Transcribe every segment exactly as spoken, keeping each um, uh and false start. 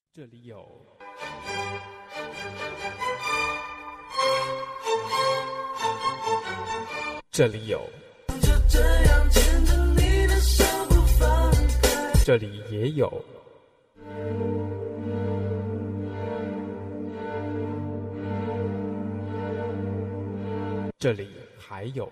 这里有这里有这里也有这里还有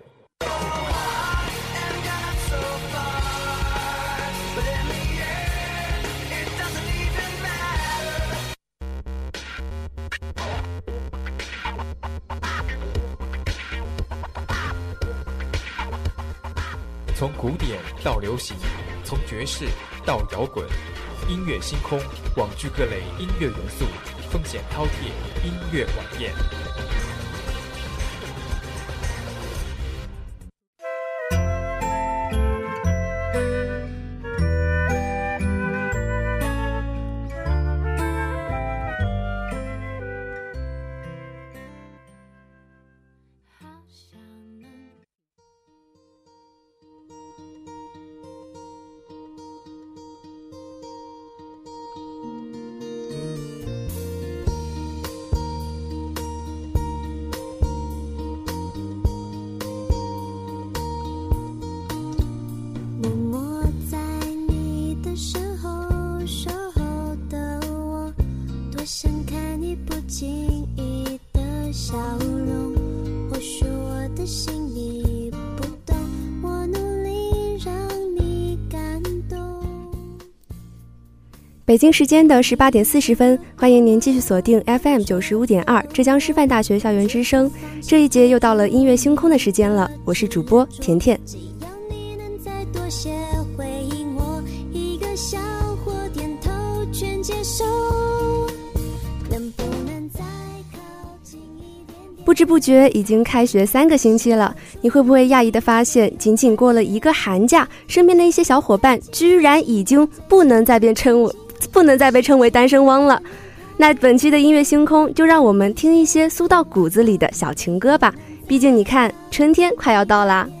从古典到流行，从爵士到摇滚，音乐星空，网聚各类音乐元素，风险饕餮，音乐晚宴。 北京时间的十八点四十分，欢迎您继续锁定 F M 九十五点二浙江师范大学校园之声。这一节又到了音乐星空的时间了，我是主播甜甜。不知不觉已经开学三个星期了，你会不会讶异地发现，仅仅过了一个寒假，身边的一些小伙伴居然已经不能再被称为不能再被称为单身汪了。那本期的音乐星空就让我们听一些酥到骨子里的小情歌吧，毕竟你看春天快要到啦。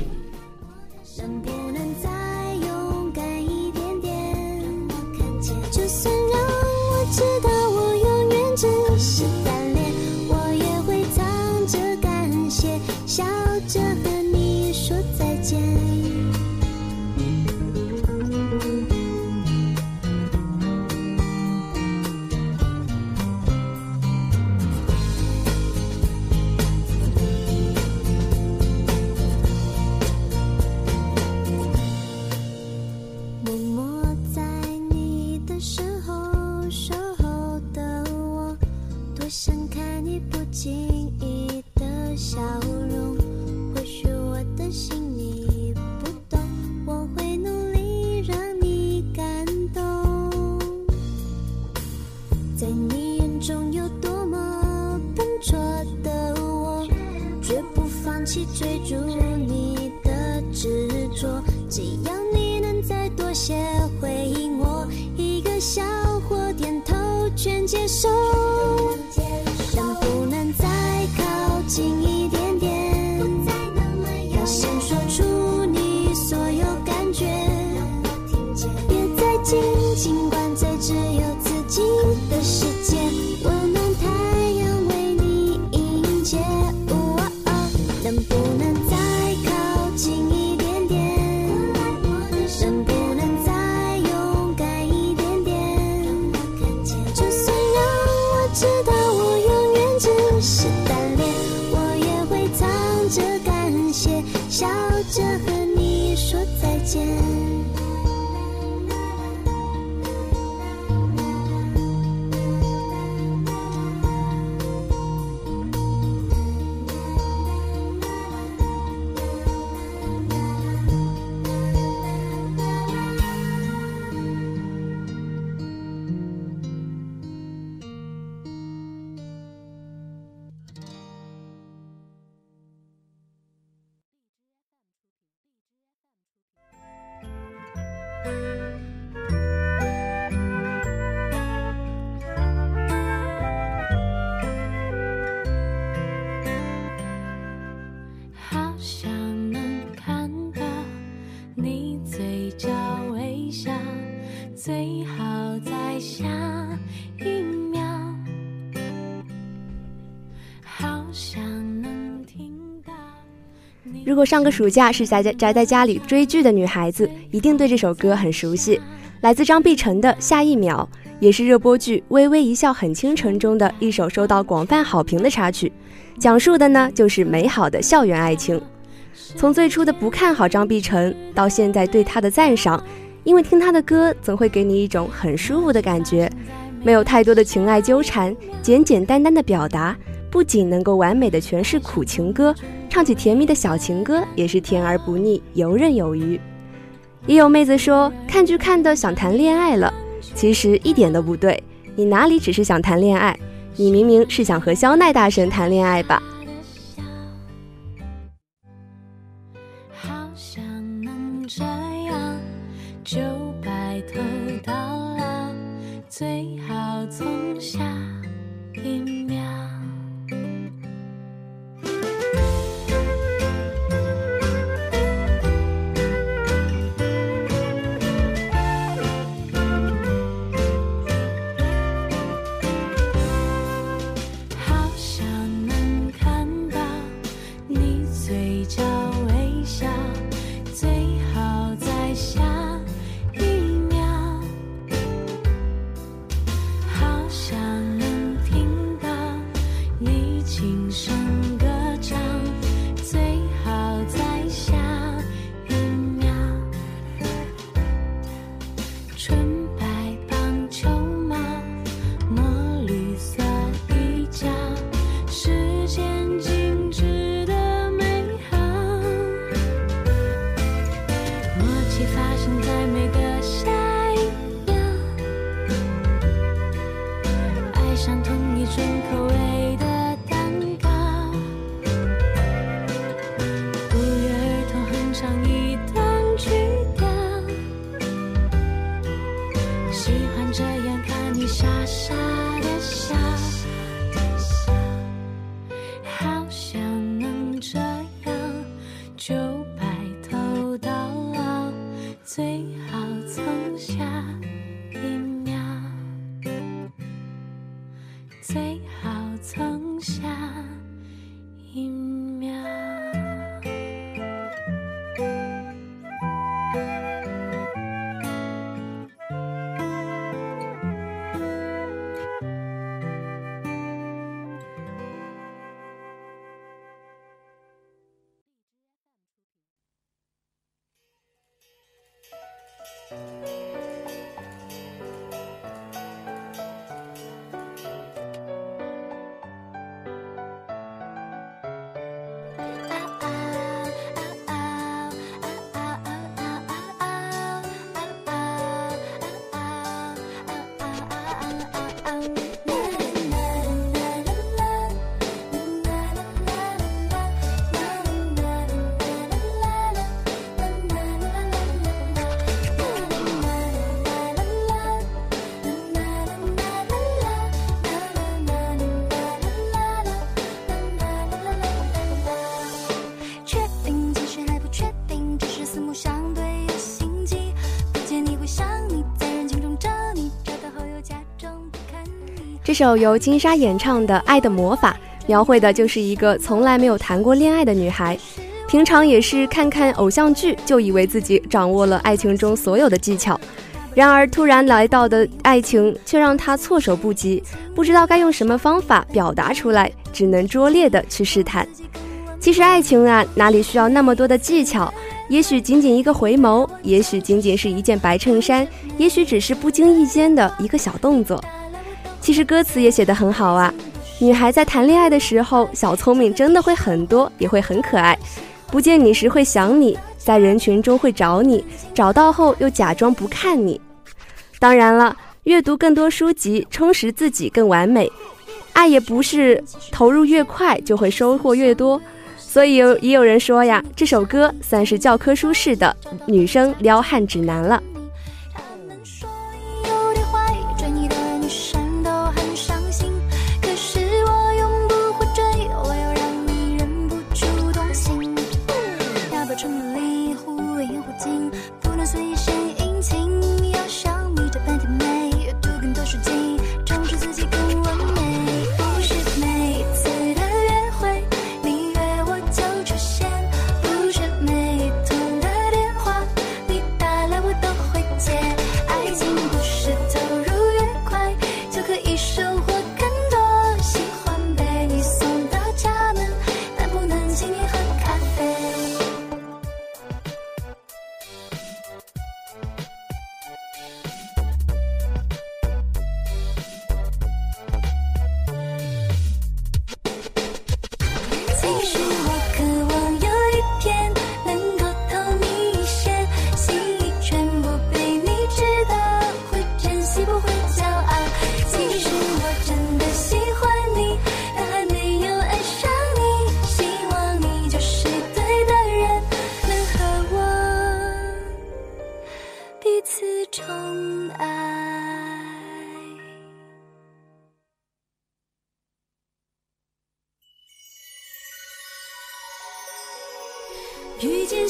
就算让我知道我永远只是单恋，我也会藏着感谢，笑着和你说再见。追逐你的执着，只要你能再多些回应我，一个笑或点头全接受。能不能再靠近一点点，大声说出你所有感觉，别再紧紧关在只有自己的世界，温暖太阳为你迎接。能不能再靠近一点点，能不能再勇敢一点点，就算让我知道我永远只是单恋，我也会藏着感谢，笑着和你说再见。最好在在下一秒，好想能听到。 如果上个暑假是宅在宅在家里追剧的女孩子，一定对这首歌很熟悉，来自张碧晨的《下一秒》，也是热播剧《微微一笑很倾城》中的一首受到广泛好评的插曲，讲述的呢就是美好的校园爱情。从最初的不看好张碧晨，到现在对她的赞赏，因为听她的歌总会给你一种很舒服的感觉，没有太多的情爱纠缠，简简单单的表达，不仅能够完美的诠释苦情歌，唱起甜蜜的小情歌也是甜而不腻，游刃有余。也有妹子说看剧看得想谈恋爱了，其实一点都不对，你哪里只是想谈恋爱，你明明是想和肖奈大神谈恋爱吧。 好想能这样就白头到老，最好从下一秒。 这首由金莎演唱的《爱的魔法》，描绘的就是一个从来没有谈过恋爱的女孩，平常也是看看偶像剧就以为自己掌握了爱情中所有的技巧，然而突然来到的爱情却让她措手不及，不知道该用什么方法表达出来，只能拙劣的去试探。其实爱情啊，哪里需要那么多的技巧，也许仅仅一个回眸，也许仅仅是一件白衬衫，也许只是不经意间的一个小动作。其实歌词也写得很好啊，女孩在谈恋爱的时候，小聪明真的会很多，也会很可爱。不见你时会想你，在人群中会找你，找到后又假装不看你。当然了，阅读更多书籍，充实自己更完美。爱也不是投入越快就会收获越多，所以有也有人说呀，这首歌算是教科书式的女生撩汉指南了。 不能随身殷勤，要像你这般甜美，阅读更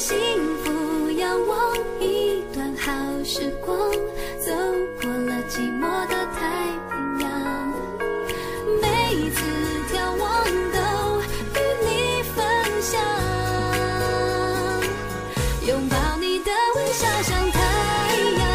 幸福，仰望一段好时光，走过了寂寞的太平洋，每一次眺望都与你分享，拥抱你的微笑像太阳。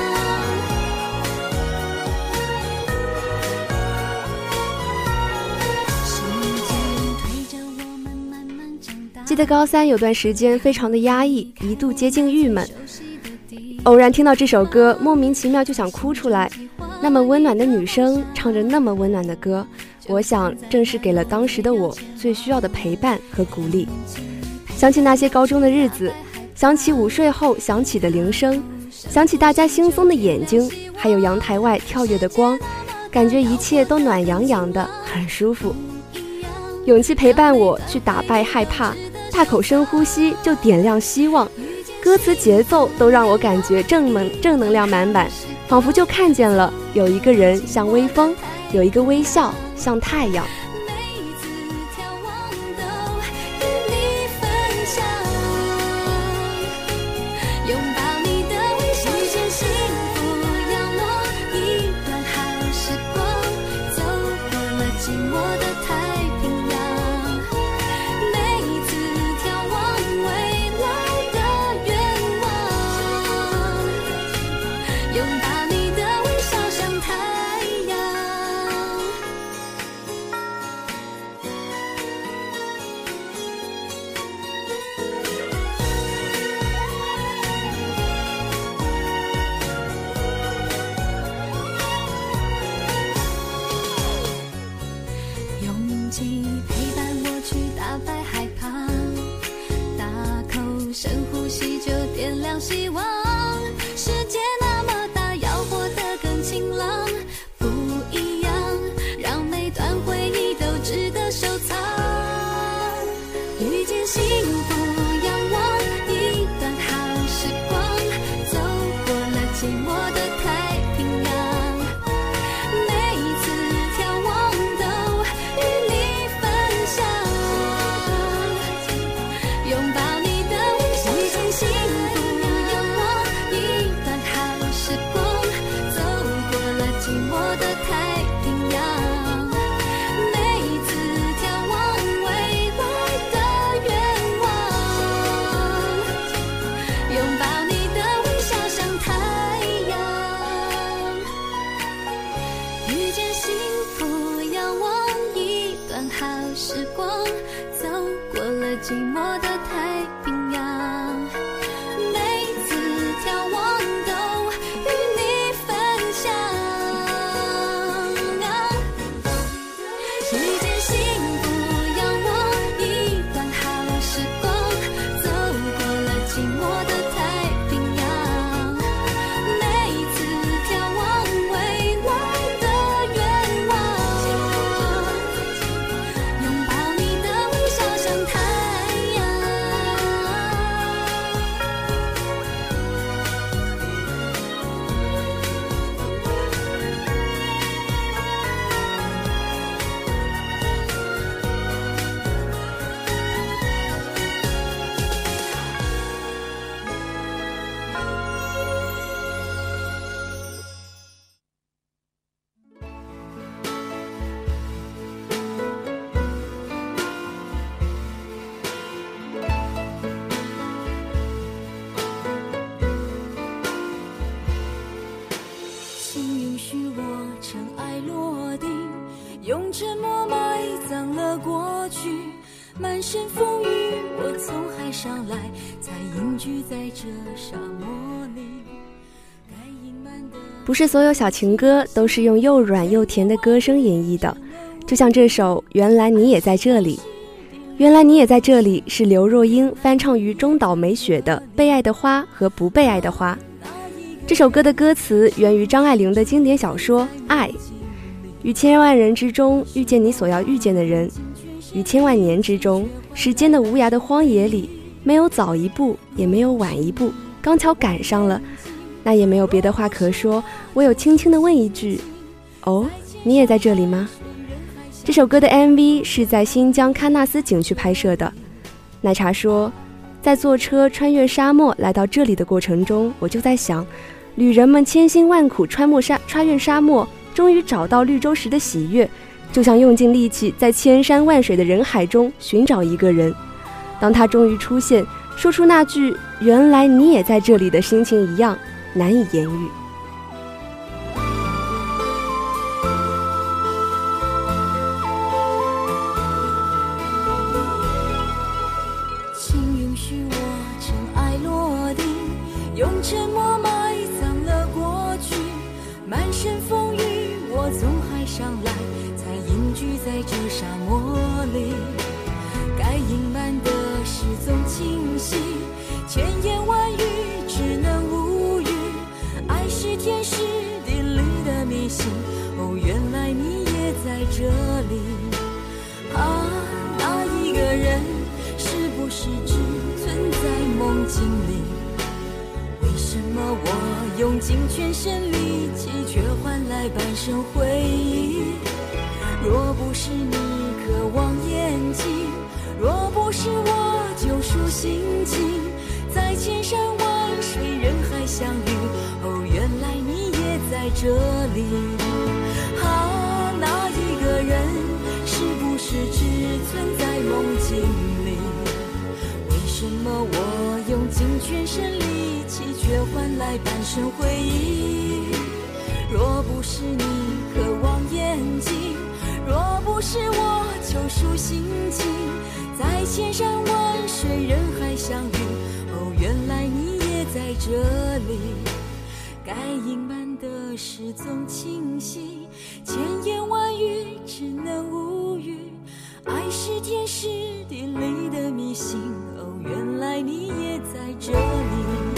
记得高三有段时间非常的压抑，一度接近郁闷，偶然听到这首歌，莫名其妙就想哭出来。那么温暖的女生唱着那么温暖的歌，我想正是给了当时的我最需要的陪伴和鼓励。想起那些高中的日子，想起午睡后响起的铃声，想起大家惺忪的眼睛，还有阳台外跳跃的光，感觉一切都暖洋洋的，很舒服。勇气陪伴我去打败害怕，大口深呼吸就点亮希望，歌词节奏都让我感觉正能正能量满满，仿佛就看见了有一个人像微风，有一个微笑像太阳。 希望世界那么大，要活得更晴朗，不一样，让每段回忆都值得收藏。遇见幸福，仰望一段好时光，走过了寂寞的太平洋，每一次眺望都与你分享，拥抱你的微笑，遇见幸福，寂寞的太平洋，每一次眺望未来的愿望，拥抱你的微笑像太阳。遇见幸福，仰望一段好时光，走过了寂寞的太平洋，每次眺望都与你分享。 用沉默埋葬了过去，满身风雨我从海上来，才隐居在这沙漠里。 不是所有小情歌都是用又软又甜的歌声演绎的，就像这首原来你也在这里。原来你也在这里是刘若英翻唱于中岛美雪的《被爱的花》和《不被爱的花》。这首歌的歌词源于张爱玲的经典小说《爱》，于千万人之中遇见你所要遇见的人，于千万年之中，时间的无涯的荒野里，没有早一步也没有晚一步，刚巧赶上了，那也没有别的话可说，我有轻轻地问一句，哦，你也在这里吗？这首歌的 M V 是在新疆喀纳斯景区拍摄的。奶茶说， 在坐车穿越沙漠来到这里的过程中，我就在想，旅人们千辛万苦穿越沙穿越沙漠，终于找到绿洲时的喜悦，就像用尽力气在千山万水的人海中寻找一个人。当他终于出现，说出那句“原来你也在这里”的心情一样难以言喻。 请允许我尘埃落定，用沉默埋葬了过去，满身风雨我从海上来，才隐居在这沙漠里。该隐瞒的事总清晰，千言万语只能无语，爱是天时地利的迷信，哦，原来你也在这里。啊，那一个人是不是只存在梦境里？为什么我用尽全身力气，却换来半生回忆？若不是你渴望眼睛，若不是我救赎心情，在千山万水人海相遇，哦，原来你也在这里。啊，那一个人是不是只存在梦境里？为什么我用尽全身力气，却换来半生回忆？若不是你渴望眼睛，若不是我救赎心情，在千山万水人海相遇，哦，原来你也在这里。该隐瞒的事总清晰，千言万语只能无语，爱是天时地利的迷信，哦，原来你也在这里。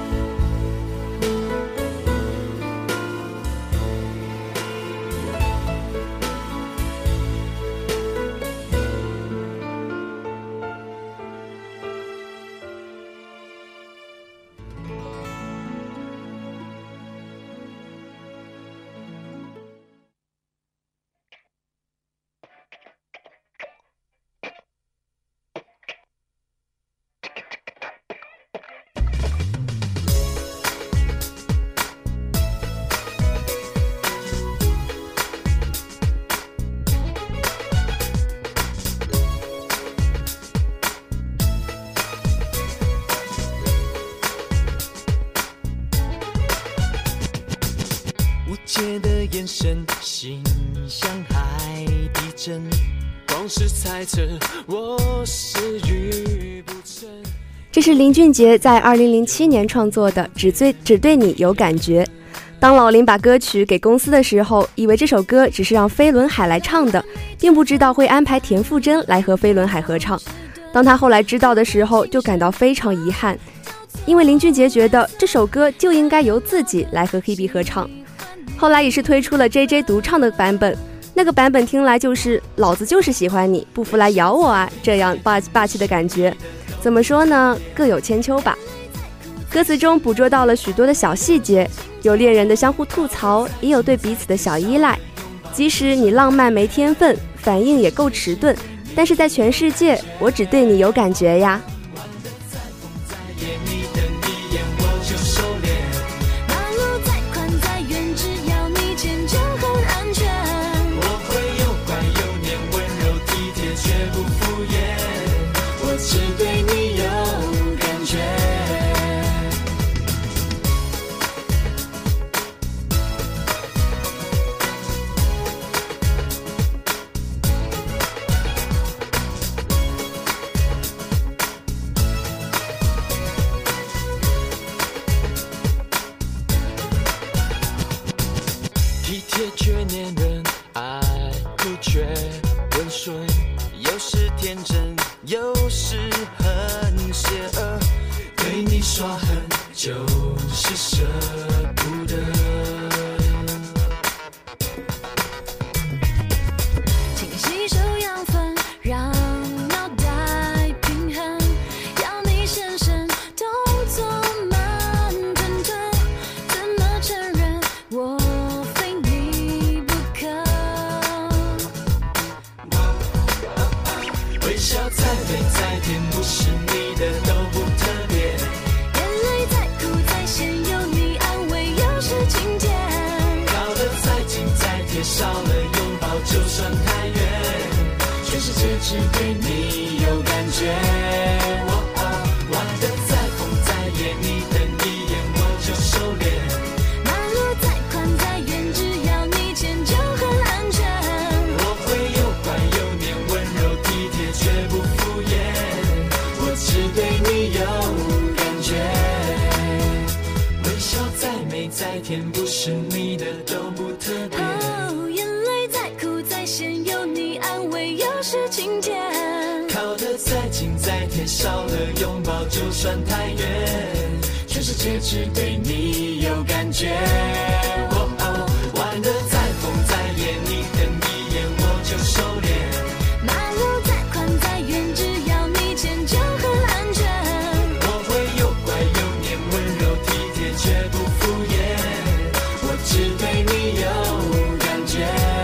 的眼神，心像海底针，光是猜测我是遇不成。 这是林俊杰在二零零七年创作的《只对只对你有感觉》。当老林把歌曲给公司的时候，以为这首歌只是让飞轮海来唱的，并不知道会安排田馥甄来和飞轮海合唱。当他后来知道的时候，就感到非常遗憾，因为林俊杰觉得这首歌就应该由自己来和 Hebe 合唱。后来也是推出了 J J 独唱的版本，那个版本听来就是老子就是喜欢你，不服来咬我啊，这样霸霸气的感觉。怎么说呢，各有千秋吧。歌词中捕捉到了许多的小细节，有恋人的相互吐槽，也有对彼此的小依赖。即使你浪漫没天分，反应也够迟钝，但是在全世界，我只对你有感觉呀。 再美再甜，不是你的都贴，少了拥抱就算太远，全世界只对你有感觉。我、哦、玩得再疯再野，你等一眼我就收敛。 马路再宽再远，只要你牵就很安全。 我会又乖又黏，温柔体贴却不敷衍，我只对你有感觉。微笑再美再甜，不是你的都不特别。 哦，眼泪再苦再咸，有你安慰又是晴天。 靠得再近再贴，少了拥抱就算太远，全世界只对你有感觉。哦哦，玩得再疯再野，你等一眼我就收敛。 马路再宽再远，只要你牵就很安全。 我会又乖又黏，温柔体贴却不敷衍，我只对你有感觉。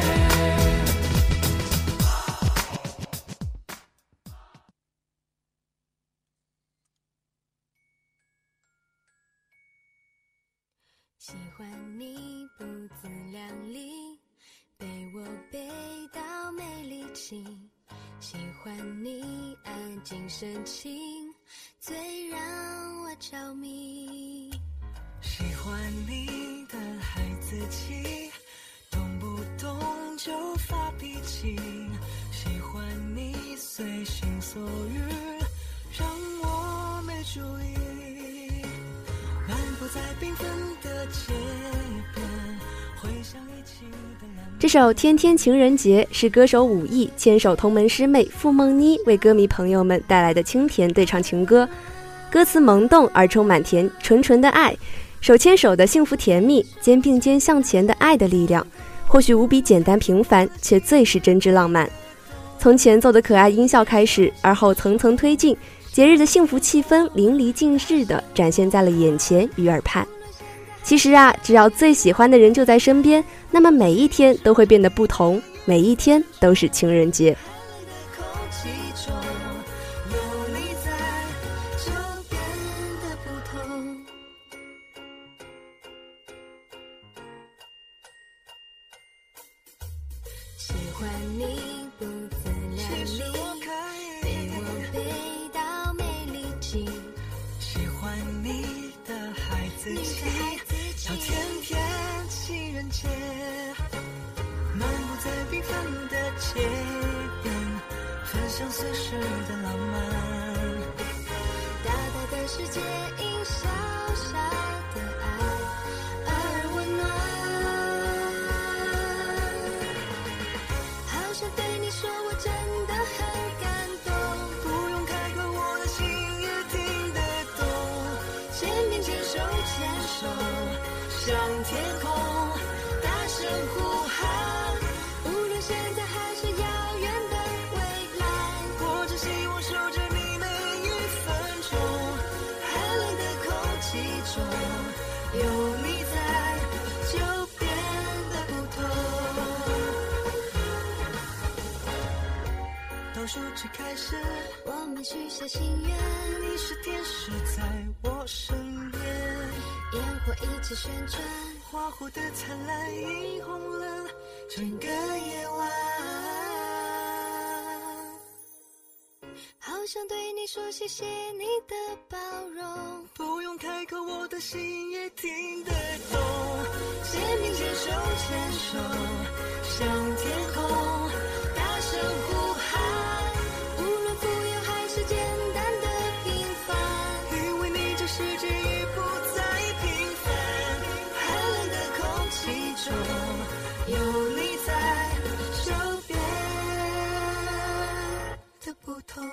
喜欢你不自量力，被我背到没力气，喜欢你安静深情，最让我着迷。 喜欢你的孩子气，动不动就发脾气，喜欢你随心所欲，让我没注意，漫步在缤纷的街边，回想一起的浪漫。 这首《天天情人节》是歌手武艺牵手同门师妹傅梦妮为歌迷朋友们带来的清甜对唱情歌，歌词萌动而充满甜纯纯的爱，手牵手的幸福甜蜜，肩并肩向前的爱的力量，或许无比简单平凡，却最是真挚浪漫。从前奏的可爱音效开始，而后层层推进，节日的幸福气氛淋漓尽致地展现在了眼前与耳畔。其实啊，只要最喜欢的人就在身边，那么每一天都会变得不同，每一天都是情人节。 喜欢你不自量力，被我背到没力气， 喜欢你的孩子气，要天天情人节，漫步在缤纷的街边，分享随时的浪漫。 大大的世界因小小的爱而温暖。好想对你说我真的很感动， 不用开口我的心也听得懂， 肩并肩手牵手向天空大声呼喊，无论现在还是遥远的未来， 我只希望守着你每一分钟， 寒冷的空气中有你在就变得不同。 倒数计开始， 我们许下心愿， 你是天使在我身边， 烟火一起旋转， 花火的灿烂映红了整个夜晚。 好想对你说谢谢你的包容， 不用开口我的心也听得懂， 肩并肩手牵手向天空大声呼喊，无论富有还是简单的平凡， 因为你这世界已不再平凡， 寒冷的空气中有你在就变得不同。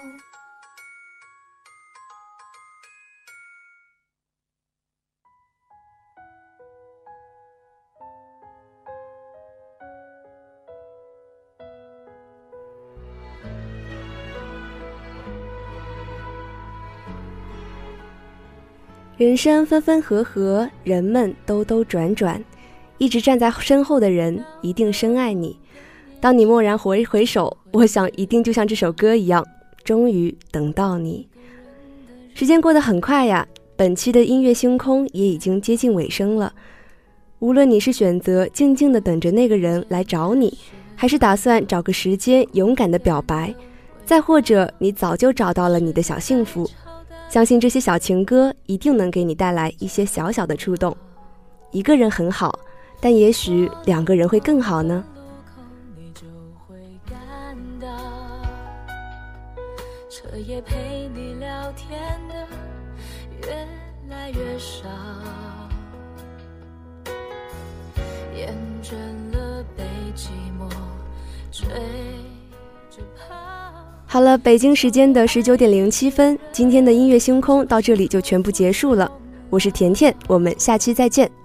人生分分合合，人们兜兜转转，一直站在身后的人一定深爱你。当你蓦然回回首，我想一定就像这首歌一样，终于等到你。时间过得很快呀，本期的音乐星空也已经接近尾声了。 无论你是选择静静地等着那个人来找你，还是打算找个时间勇敢地表白，再或者你早就找到了你的小幸福，相信这些小情歌一定能给你带来一些小小的触动。一个人很好，但也许两个人会更好呢。 彻夜陪你聊天的越来越少，厌倦了被寂寞追着跑。 好了，北京时间的十九点零七分，今天的音乐星空到这里就全部结束了。我是甜甜，我们下期再见。